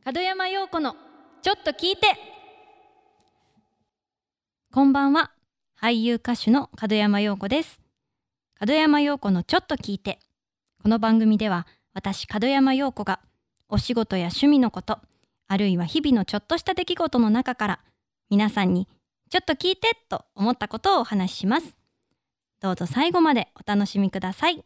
門山陽子のちょっと聞いて。こんばんは、俳優歌手の門山陽子です。門山陽子のちょっと聞いて。この番組では私門山陽子がお仕事や趣味のこと、あるいは日々のちょっとした出来事の中から皆さんにちょっと聞いてと思ったことをお話しします。どうぞ最後までお楽しみください。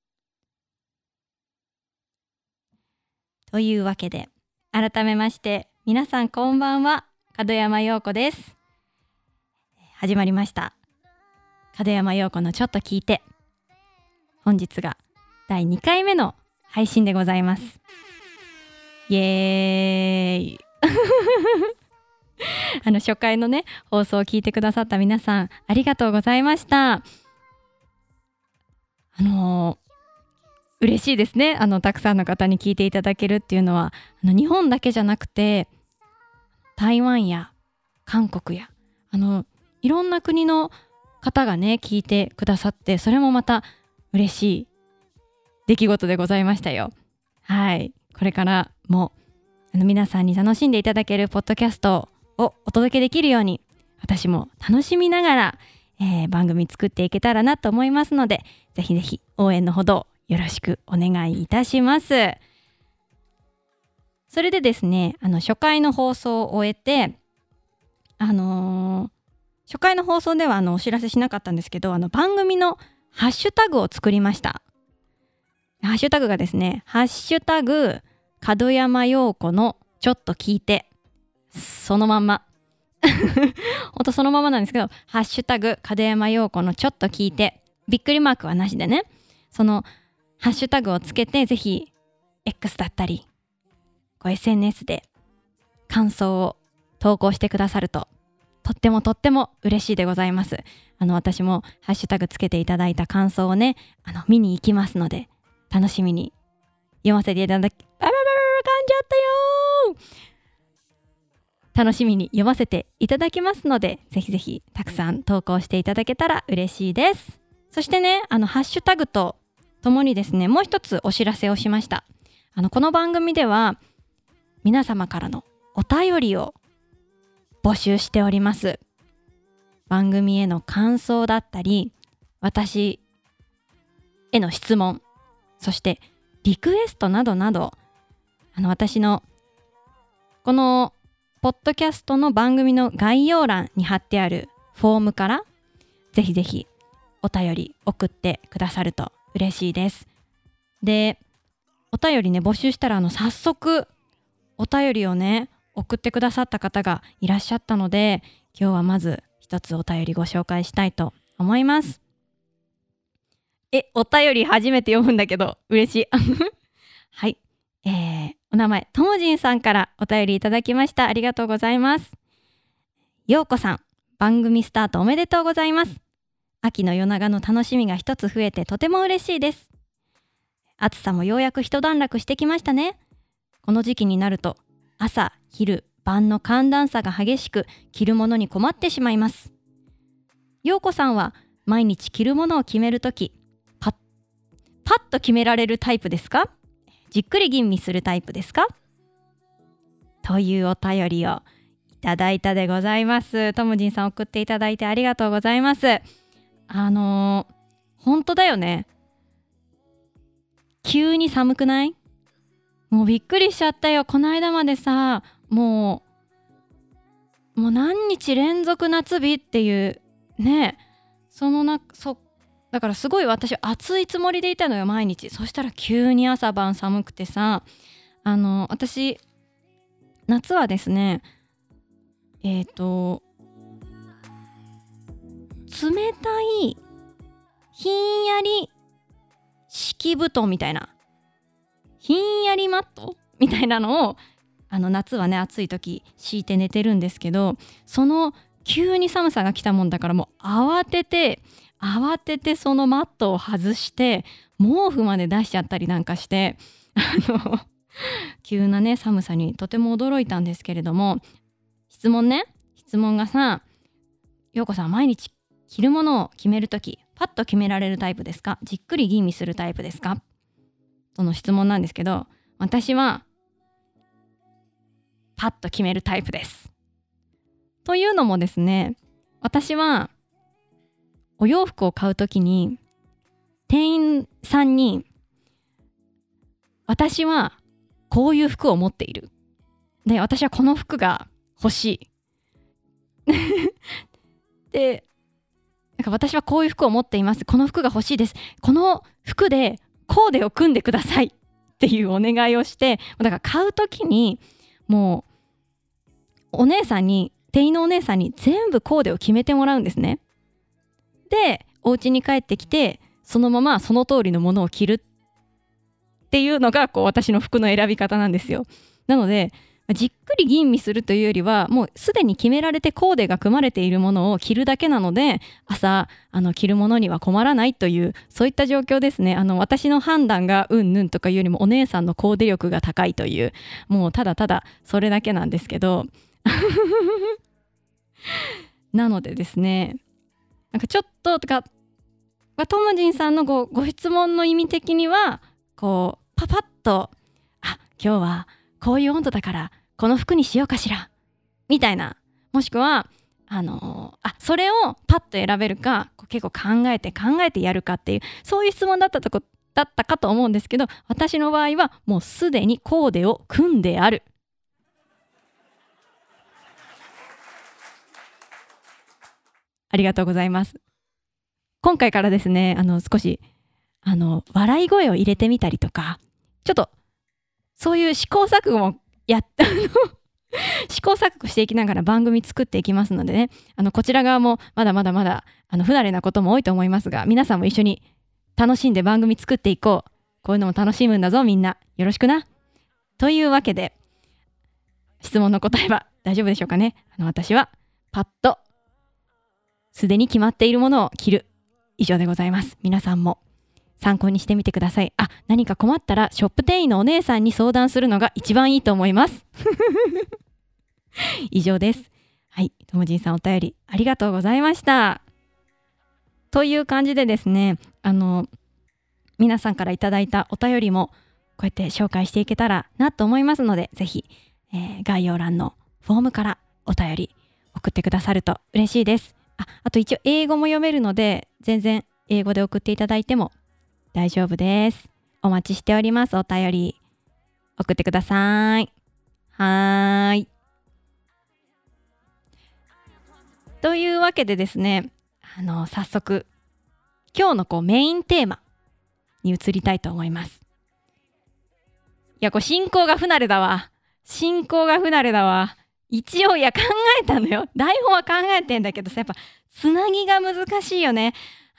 というわけで改めまして皆さんこんばんは、門山陽子です。始まりました門山陽子のちょっと聞いて。本日が第2回目の配信でございます。イエーイ初回のね放送を聞いてくださった皆さんありがとうございました。嬉しいですね。たくさんの方に聞いていただけるっていうのは日本だけじゃなくて台湾や韓国やいろんな国の方がね聞いてくださって、それもまた嬉しい出来事でございましたよ。はい、これからも皆さんに楽しんでいただけるポッドキャストをお届けできるように私も楽しみながら、番組作っていけたらなと思いますので、ぜひぜひ応援のほどよろしくお願いいたします。それでですね、初回の放送を終えて初回の放送ではお知らせしなかったんですけど、番組のハッシュタグを作りました。ハッシュタグがですね、ハッシュタグ門山陽子のちょっと聞いて、そのまんまほんとそのままなんですけど、ハッシュタグ門山陽子のちょっと聞いて、びっくりマークはなしでね、そのハッシュタグをつけてぜひ X だったりSNS で感想を投稿してくださるととっても嬉しいでございます。私もハッシュタグつけていただいた感想をね見に行きますので、楽しみに読ませていただき、噛んじゃったよー。楽しみに読ませていただきますので、ぜひぜひたくさん投稿していただけたら嬉しいです。そしてね、ハッシュタグとともにですね、もう一つお知らせをしました。この番組では皆様からのお便りを募集しております。番組への感想だったり、私への質問、そしてリクエストなどなど、私のこのポッドキャストの番組の概要欄に貼ってあるフォームからぜひぜひお便り送ってくださると嬉しいです。で、お便りね募集したら早速お便りをね送ってくださった方がいらっしゃったので、今日はまず一つお便りご紹介したいと思います。お便り初めて読むんだけど嬉しいはい、お名前ともじんさんからお便りいただきました。ありがとうございます。ようこさん、番組スタートおめでとうございます。秋の夜長の楽しみが一つ増えてとても嬉しいです。暑さもようやく一段落してきましたね。この時期になると朝昼晩の寒暖差が激しく、着るものに困ってしまいます。ようこさんは毎日着るものを決めるときパッと決められるタイプですか？じっくり吟味するタイプですか？というお便りをいただいたでございます。ともじんさん送っていただいてありがとうございます。本当だよね。急に寒くない？もうびっくりしちゃったよ。この間までさ、もう何日連続夏日っていうね、だからすごい私暑いつもりでいたのよ毎日。そしたら急に朝晩寒くてさ、私夏はですね冷たいひんやり敷布団みたいな、ひんやりマットみたいなのを夏はね暑い時敷いて寝てるんですけど、その急に寒さが来たもんだから、もう慌ててそのマットを外して毛布まで出しちゃったりなんかして急なね寒さにとても驚いたんですけれども、質問がさ、ようこさん毎日着るものを決めるときパッと決められるタイプですか？じっくり吟味するタイプですか？その質問なんですけど、私はパッと決めるタイプです。というのもですね、私はお洋服を買うときに店員さんに、私はこういう服を持っている、で私はこの服が欲しいで、なんか私はこういう服を持っています、この服が欲しいです、この服でコーデを組んでくださいっていうお願いをして、だから買うときにもう店員のお姉さんに全部コーデを決めてもらうんですね。でお家に帰ってきてそのままその通りのものを着るっていうのが私の服の選び方なんですよ。なのでじっくり吟味するというよりは、もうすでに決められてコーデが組まれているものを着るだけなので、朝着るものには困らないという、そういった状況ですね。私の判断がうんぬんとかいうよりもお姉さんのコーデ力が高いという、もうただただそれだけなんですけどなのでですね、なんかちょっととかともじんさんのご質問の意味的にはパパッと、今日はこういう温度だからこの服にしようかしらみたいな、もしくはそれをパッと選べるか結構考えてやるかっていう、そういう質問だったかと思うんですけど、私の場合はもうすでにコーデを組んである。ありがとうございます。今回からですね、少し笑い声を入れてみたりとか、ちょっとそういう試行錯誤も試行錯誤していきながら番組作っていきますのでね、こちら側もまだ不慣れなことも多いと思いますが、皆さんも一緒に楽しんで番組作っていこう。こういうのも楽しむんだぞみんな、よろしくな。というわけで、質問の答えは大丈夫でしょうかね。私はパッとすでに決まっているものを着る、以上でございます。皆さんも参考にしてみてください。何か困ったらショップ店員のお姉さんに相談するのが一番いいと思います以上です。はい、ともじんさんお便りありがとうございました。という感じでですね、皆さんからいただいたお便りもこうやって紹介していけたらなと思いますので、ぜひ、概要欄のフォームからお便り送ってくださると嬉しいです。あと一応英語も読めるので、全然英語で送っていただいても大丈夫です。お待ちしております。お便り送ってください。はーい。というわけでですね、早速今日のメインテーマに移りたいと思います。いや、進行が不慣れだわ。一応考えたのよ。台本は考えてんだけどさ、やっぱつなぎが難しいよね。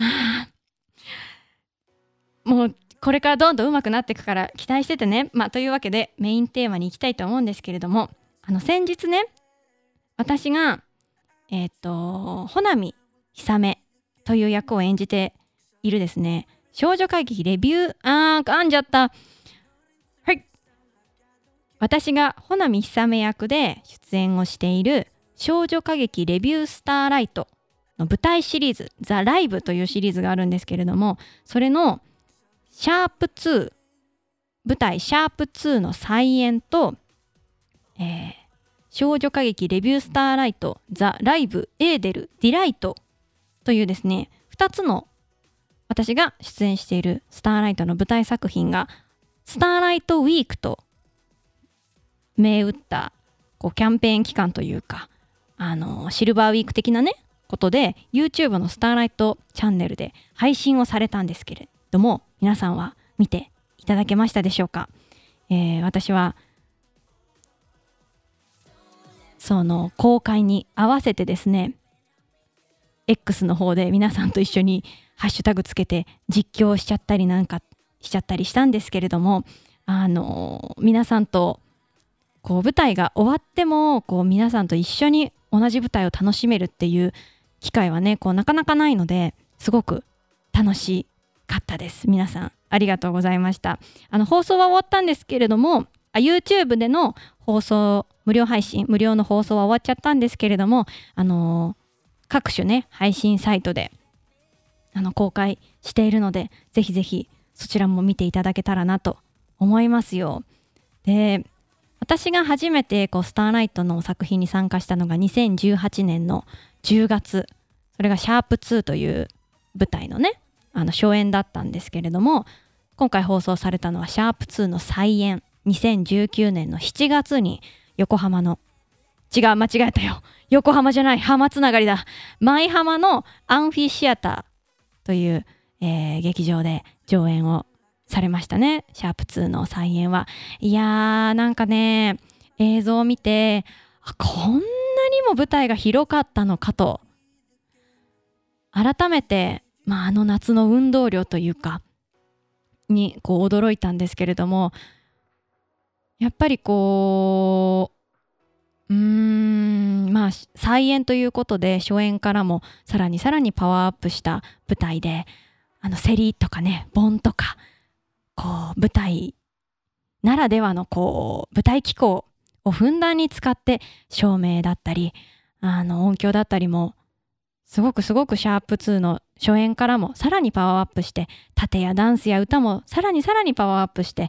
もうこれからどんどん上手くなっていくから期待しててね。というわけでメインテーマに行きたいと思うんですけれども、先日ね、私が穂波久めという役を演じているですね、少女歌劇レビュー噛んじゃった。はい。私が穂波久め役で出演をしている少女歌劇レビュースターライトの舞台シリーズザ・ライブというシリーズがあるんですけれども、それのシャープ2、舞台シャープ2の再演と、少女歌劇レビュースターライトザ・ライブエーデルディライトというですね、2つの私が出演しているスターライトの舞台作品がスターライトウィークと銘打ったキャンペーン期間というか、シルバーウィーク的なねことで YouTube のスターライトチャンネルで配信をされたんですけれども、皆さんは見ていただけましたでしょうか。私はその公開に合わせてですね、 X の方で皆さんと一緒にハッシュタグつけて実況しちゃったりなんかしちゃったりしたんですけれども、皆さんと舞台が終わっても皆さんと一緒に同じ舞台を楽しめるっていう機会はねなかなかないので、すごく楽しかったです。皆さんありがとうございました。放送は終わったんですけれども、YouTube での放送無料の放送は終わっちゃったんですけれども、各種ね配信サイトで公開しているので、ぜひぜひそちらも見ていただけたらなと思いますよ。で、 私が初めてスターライトの作品に参加したのが2018年の10月。それがシャープ2という舞台のね、初演だったんですけれども、今回放送されたのはシャープ2の再演。2019年の7月に横浜の、間違えたよ。横浜じゃない、浜つながりだ。舞浜のアンフィシアターという、劇場で上演をされましたね。シャープ2の再演は。いやー、なんかね、映像を見て、こんなにも舞台が広かったのかと、改めて、あの夏の運動量というか、に驚いたんですけれども、やっぱり再演ということで初演からもさらにパワーアップした舞台で、セリとかね、盆とか舞台ならではの舞台機構をふんだんに使って照明だったり音響だったりもすごくシャープ2の初演からもさらにパワーアップして、盾やダンスや歌もさらにパワーアップして、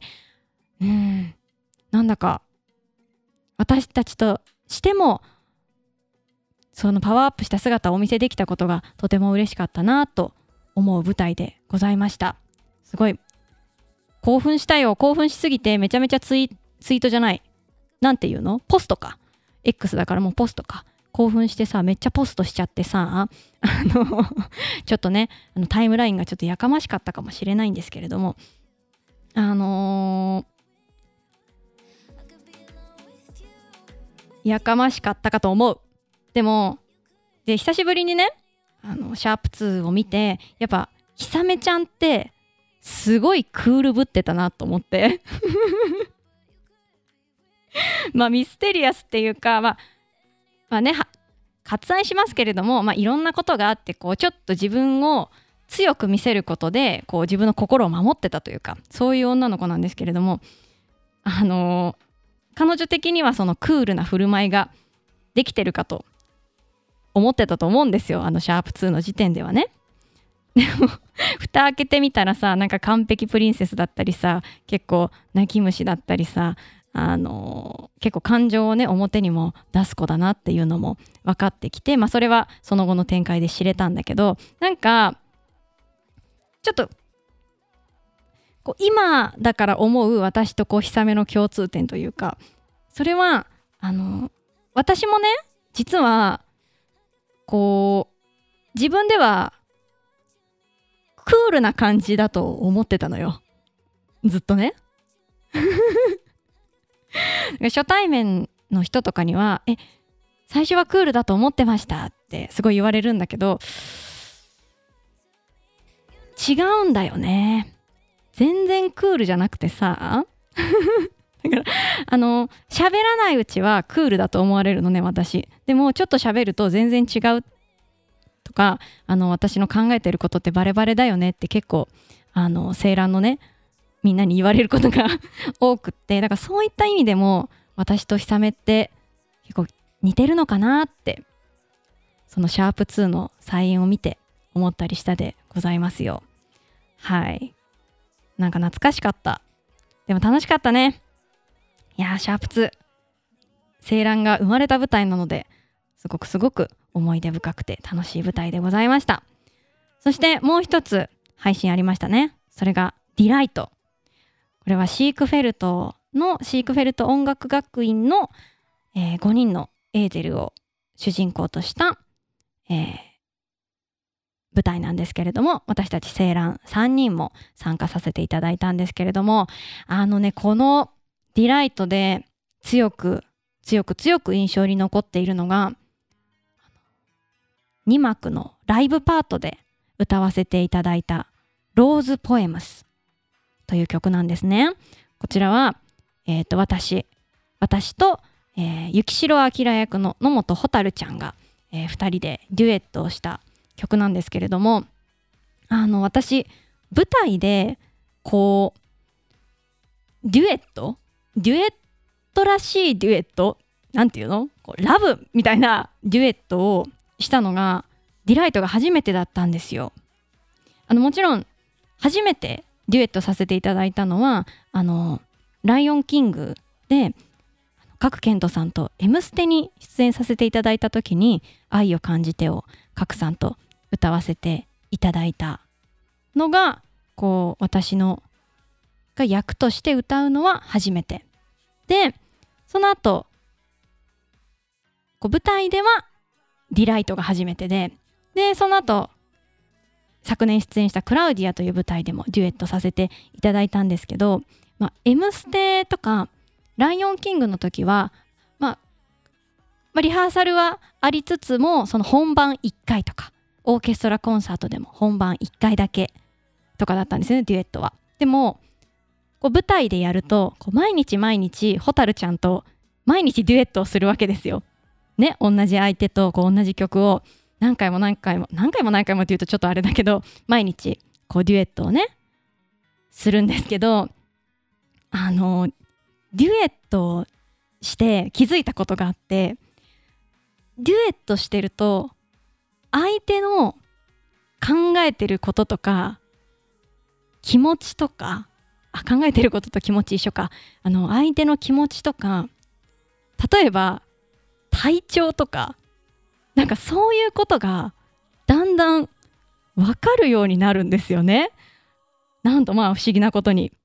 なんだか私たちとしてもそのパワーアップした姿をお見せできたことがとても嬉しかったなと思う舞台でございました。すごい興奮したよ。興奮しすぎてめちゃめちゃツイートじゃない。なんていうの？ポストか。X だからもうポストか。興奮してさ、めっちゃポストしちゃってさ、ちょっとね、タイムラインがちょっとやかましかったかもしれないんですけれども、やかましかったかと思う。でも、久しぶりにね、シャープ2を見て、やっぱ、ひさめちゃんって、すごいクールぶってたなと思って。ミステリアスっていうか、割愛しますけれども、いろんなことがあって、ちょっと自分を強く見せることで、自分の心を守ってたというか、そういう女の子なんですけれども、彼女的にはそのクールな振る舞いができてるかと思ってたと思うんですよ。シャープ2の時点ではね。でも蓋開けてみたらさ、なんか完璧プリンセスだったりさ、結構泣き虫だったりさ、結構感情をね表にも出す子だなっていうのも分かってきて、それはその後の展開で知れたんだけど、なんかちょっと今だから思う私とひさめの共通点というか、それは私もね実は自分ではクールな感じだと思ってたのよ、ずっとね。初対面の人とかには最初はクールだと思ってましたってすごい言われるんだけど、違うんだよね。全然クールじゃなくてさだから喋らないうちはクールだと思われるのね、私。でもちょっと喋ると全然違うとか、私の考えてることってバレバレだよねって結構青蘭のねみんなに言われることが多くって、だからそういった意味でも私とひさめって結構似てるのかなって、そのシャープ2の再演を見て思ったりしたでございますよ。はい、なんか懐かしかった。でも楽しかったね。いやー、シャープ2青蘭が生まれた舞台なので、すごく思い出深くて楽しい舞台でございました。そしてもう一つ配信ありましたね。それがディライト。これはシークフェルト音楽学院の、5人のエーデルを主人公とした、舞台なんですけれども、私たち青蘭3人も参加させていただいたんですけれども、このディライトで強く印象に残っているのが、2幕のライブパートで歌わせていただいたローズポエムスという曲なんですね。こちらは、私と、雪城明役の野本蛍ちゃんが、2人でデュエットをした曲なんですけれども、私舞台でデュエットらしいデュエット、なんていうの、ラブみたいなデュエットをしたのがディライトが初めてだったんですよ。もちろん初めてデュエットさせていただいたのはライオンキングで賀来賢人さんと「M ステ」に出演させていただいた時に「愛を感じて」を賀来さんと歌わせていただいたのがこう私のが役として歌うのは初めてで、その後こう舞台ではディライトが初めてで、その後昨年出演したクラウディアという舞台でもデュエットさせていただいたんですけど、M ステとかライオンキングの時は、リハーサルはありつつもその本番1回とかオーケストラコンサートでも本番1回だけとかだったんですよね、デュエットは。でもこう舞台でやるとこう毎日蛍ちゃんと毎日デュエットをするわけですよね。同じ相手とこう同じ曲を何回もって言うとちょっとあれだけど、毎日こうデュエットをねするんですけど、デュエットをして気づいたことがあって、デュエットしてると相手の考えてることとか気持ちとか、考えてることと気持ち一緒か、相手の気持ちとか、例えば体調とか、なんかそういうことがだんだん分かるようになるんですよね。なんと不思議なことに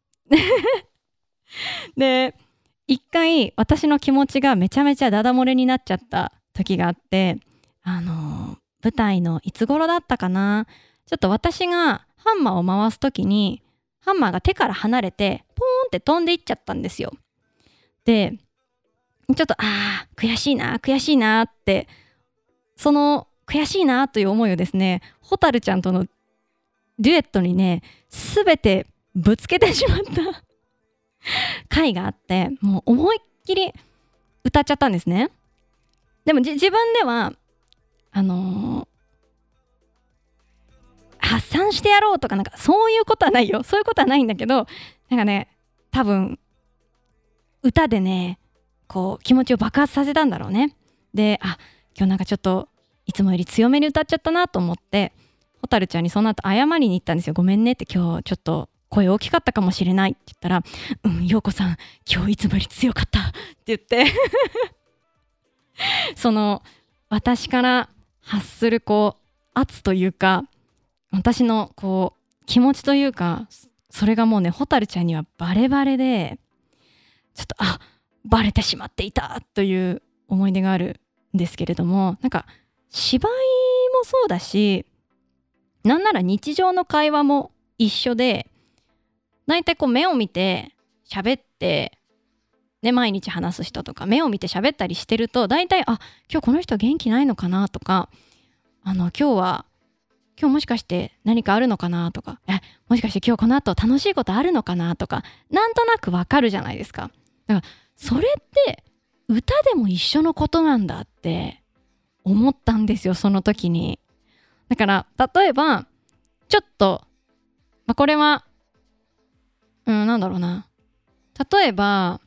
で、一回私の気持ちがめちゃめちゃダダ漏れになっちゃった時があって、舞台のいつ頃だったかな、ちょっと私がハンマーを回す時にハンマーが手から離れてポーンって飛んでいっちゃったんですよ。でちょっと悔しいなって、その悔しいなという思いをですね、蛍ちゃんとのデュエットにね全てぶつけてしまった回があって、もう思いっきり歌っちゃったんですね。でも自分では発散してやろうとかなんかそういうことはないよ、そういうことはないんだけど、なんかね多分歌でねこう気持ちを爆発させたんだろうね。で今日なんかちょっといつもより強めに歌っちゃったなと思って蛍ちゃんにその後謝りに行ったんですよ。ごめんねって、今日ちょっと声大きかったかもしれないって言ったら、陽子さん今日いつもより強かったって言ってその私から発するこう圧というか、私のこう気持ちというか、それがもうね蛍ちゃんにはバレバレで、ちょっとバレてしまっていたという思い出があるんですけれども、なんか芝居もそうだし、なんなら日常の会話も一緒で、大体こう目を見て喋ってね、毎日話す人とか目を見て喋ったりしてると、大体今日この人元気ないのかなとか、今日もしかして何かあるのかなとか、もしかして今日この後楽しいことあるのかなとか、なんとなくわかるじゃないですか。だからそれって歌でも一緒のことなんだって思ったんですよ、その時に。だから例えばちょっと、これはなんだろうな、例えば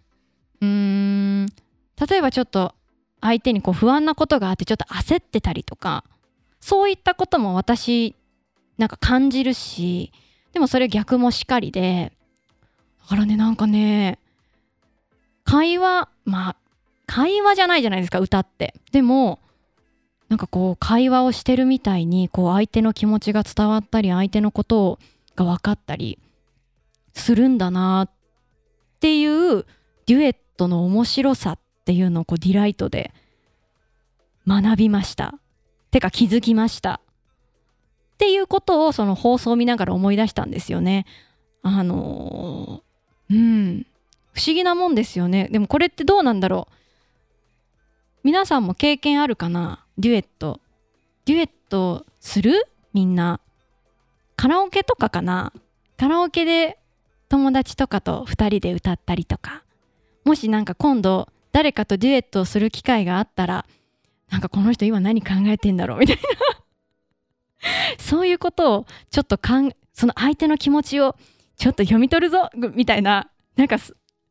ちょっと相手にこう不安なことがあってちょっと焦ってたりとか、そういったことも私なんか感じるし、でもそれ逆もしかりで、だからねなんかね会話じゃないじゃないですか歌って。でもなんかこう会話をしてるみたいにこう相手の気持ちが伝わったり、相手のことが分かったりするんだなっていうデュエットの面白さっていうのをこうディライトで学びました。てか気づきましたっていうことをその放送を見ながら思い出したんですよね。不思議なもんですよね。でもこれってどうなんだろう、皆さんも経験あるかな。デュエットする？みんなカラオケとかかな。カラオケで友達とかと2人で歌ったりとか、もしなんか今度誰かとデュエットをする機会があったら、なんかこの人今何考えてんだろうみたいなそういうことをちょっとその相手の気持ちをちょっと読み取るぞみたいな、なんか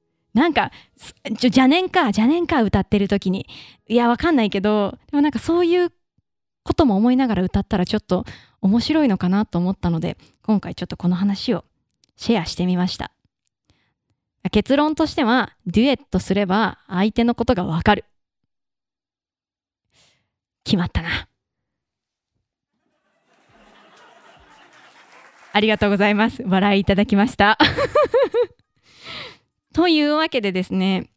邪念か歌ってる時に、いやわかんないけど、でもなんかそういうことも思いながら歌ったらちょっと面白いのかなと思ったので、今回ちょっとこの話をシェアしてみました。 結論としてはデュエットすれば相手のことがわかる。決まったな。ありがとうございます。笑いいただきましたというわけでですね、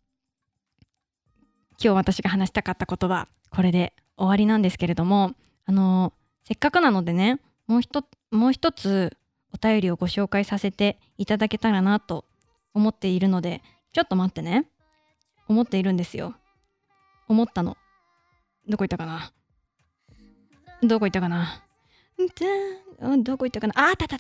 今日私が話したかったことはこれで終わりなんですけれども、せっかくなのでね、もう一つお便りをご紹介させていただけたらなと思っているので、ちょっと待ってね。思っているんですよ。思ったの。どこ行ったかな。どこ行ったかな。あった。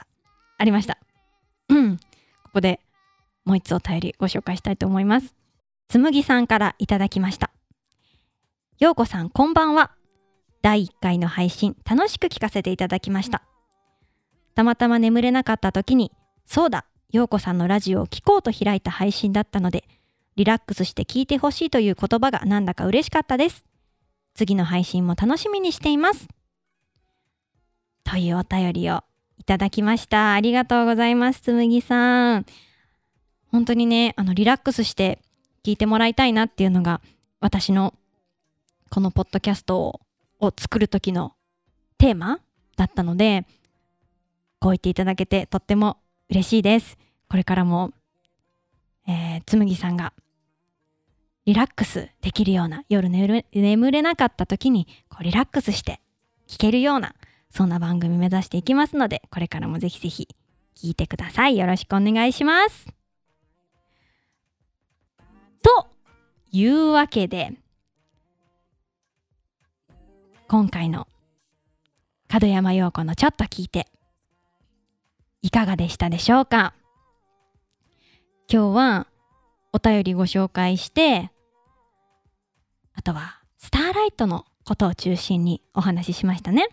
ありました。ここでもう一つお便りご紹介したいと思います。つむぎさんからいただきました。ようこさん、こんばんは。第1回の配信、楽しく聞かせていただきました。たまたま眠れなかった時に、そうだ、ようこさんのラジオを聞こうと開いた配信だったので、リラックスして聞いてほしいという言葉がなんだか嬉しかったです。次の配信も楽しみにしています。というお便りをいただきました。ありがとうございます、つむぎさん。本当にね、リラックスして聞いてもらいたいなっていうのが、私のこのポッドキャストを作る時のテーマだったので、こう言っていただけてとっても嬉しいです。これからも、つむぎさんがリラックスできるような、夜眠れなかった時にこうリラックスして聞けるような、そんな番組目指していきますので、これからもぜひぜひ聞いてください。よろしくお願いします。というわけで、今回の門山陽子のちょっと聞いていかがでしたでしょうか。今日はお便りご紹介して、あとはスターライトのことを中心にお話ししましたね。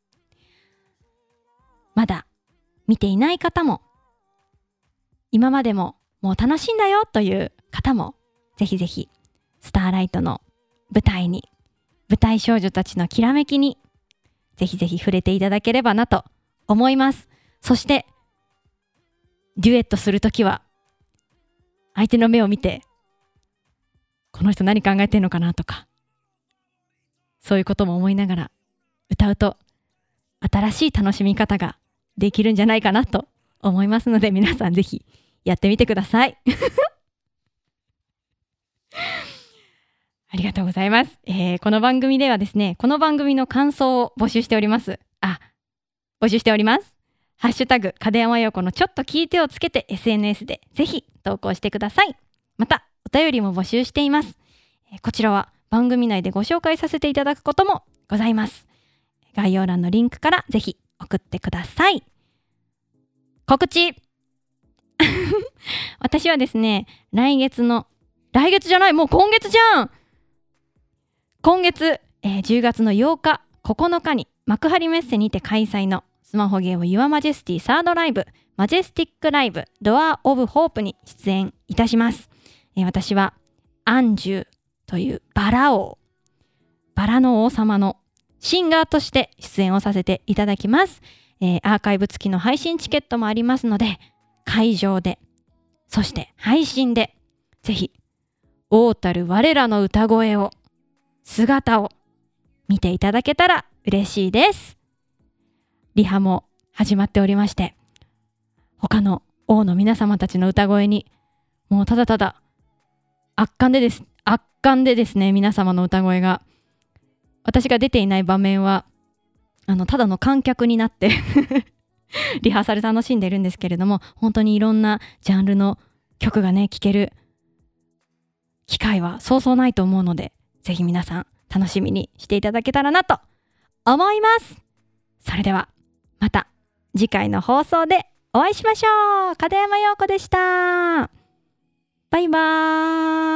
まだ見ていない方も、今までももう楽しんだよという方も、ぜひぜひスターライトの舞台少女たちのきらめきにぜひぜひ触れていただければなと思います。そしてデュエットするときは相手の目を見て、この人何考えてんのかなとか、そういうことも思いながら歌うと新しい楽しみ方ができるんじゃないかなと思いますので、皆さんぜひやってみてくださいありがとうございます。この番組ではですね、この番組の感想を募集しております。ハッシュタグ門山陽子のちょっと聞いてをつけて SNS でぜひ投稿してください。またお便りも募集しています。こちらは番組内でご紹介させていただくこともございます。概要欄のリンクからぜひ送ってください。告知私はですね、来月じゃない、もう今月じゃん。今月、10月の8日9日に幕張メッセにて開催のスマホゲーム Your Majesty サードライブマジェスティックライブドアオブホープに出演いたします。私はアンジュというバラの王様のシンガーとして出演をさせていただきます。アーカイブ付きの配信チケットもありますので、会場でそして配信でぜひ王たる我らの歌声を姿を見ていただけたら嬉しいです。リハも始まっておりまして、他の王の皆様たちの歌声にもうただただ圧巻でですね、皆様の歌声が、私が出ていない場面はただの観客になってリハーサル楽しんでるんですけれども、本当にいろんなジャンルの曲がね聴ける機会はそうそうないと思うので、ぜひ皆さん楽しみにしていただけたらなと思います。それではまた次回の放送でお会いしましょう。門山陽子でした。バイバーイ。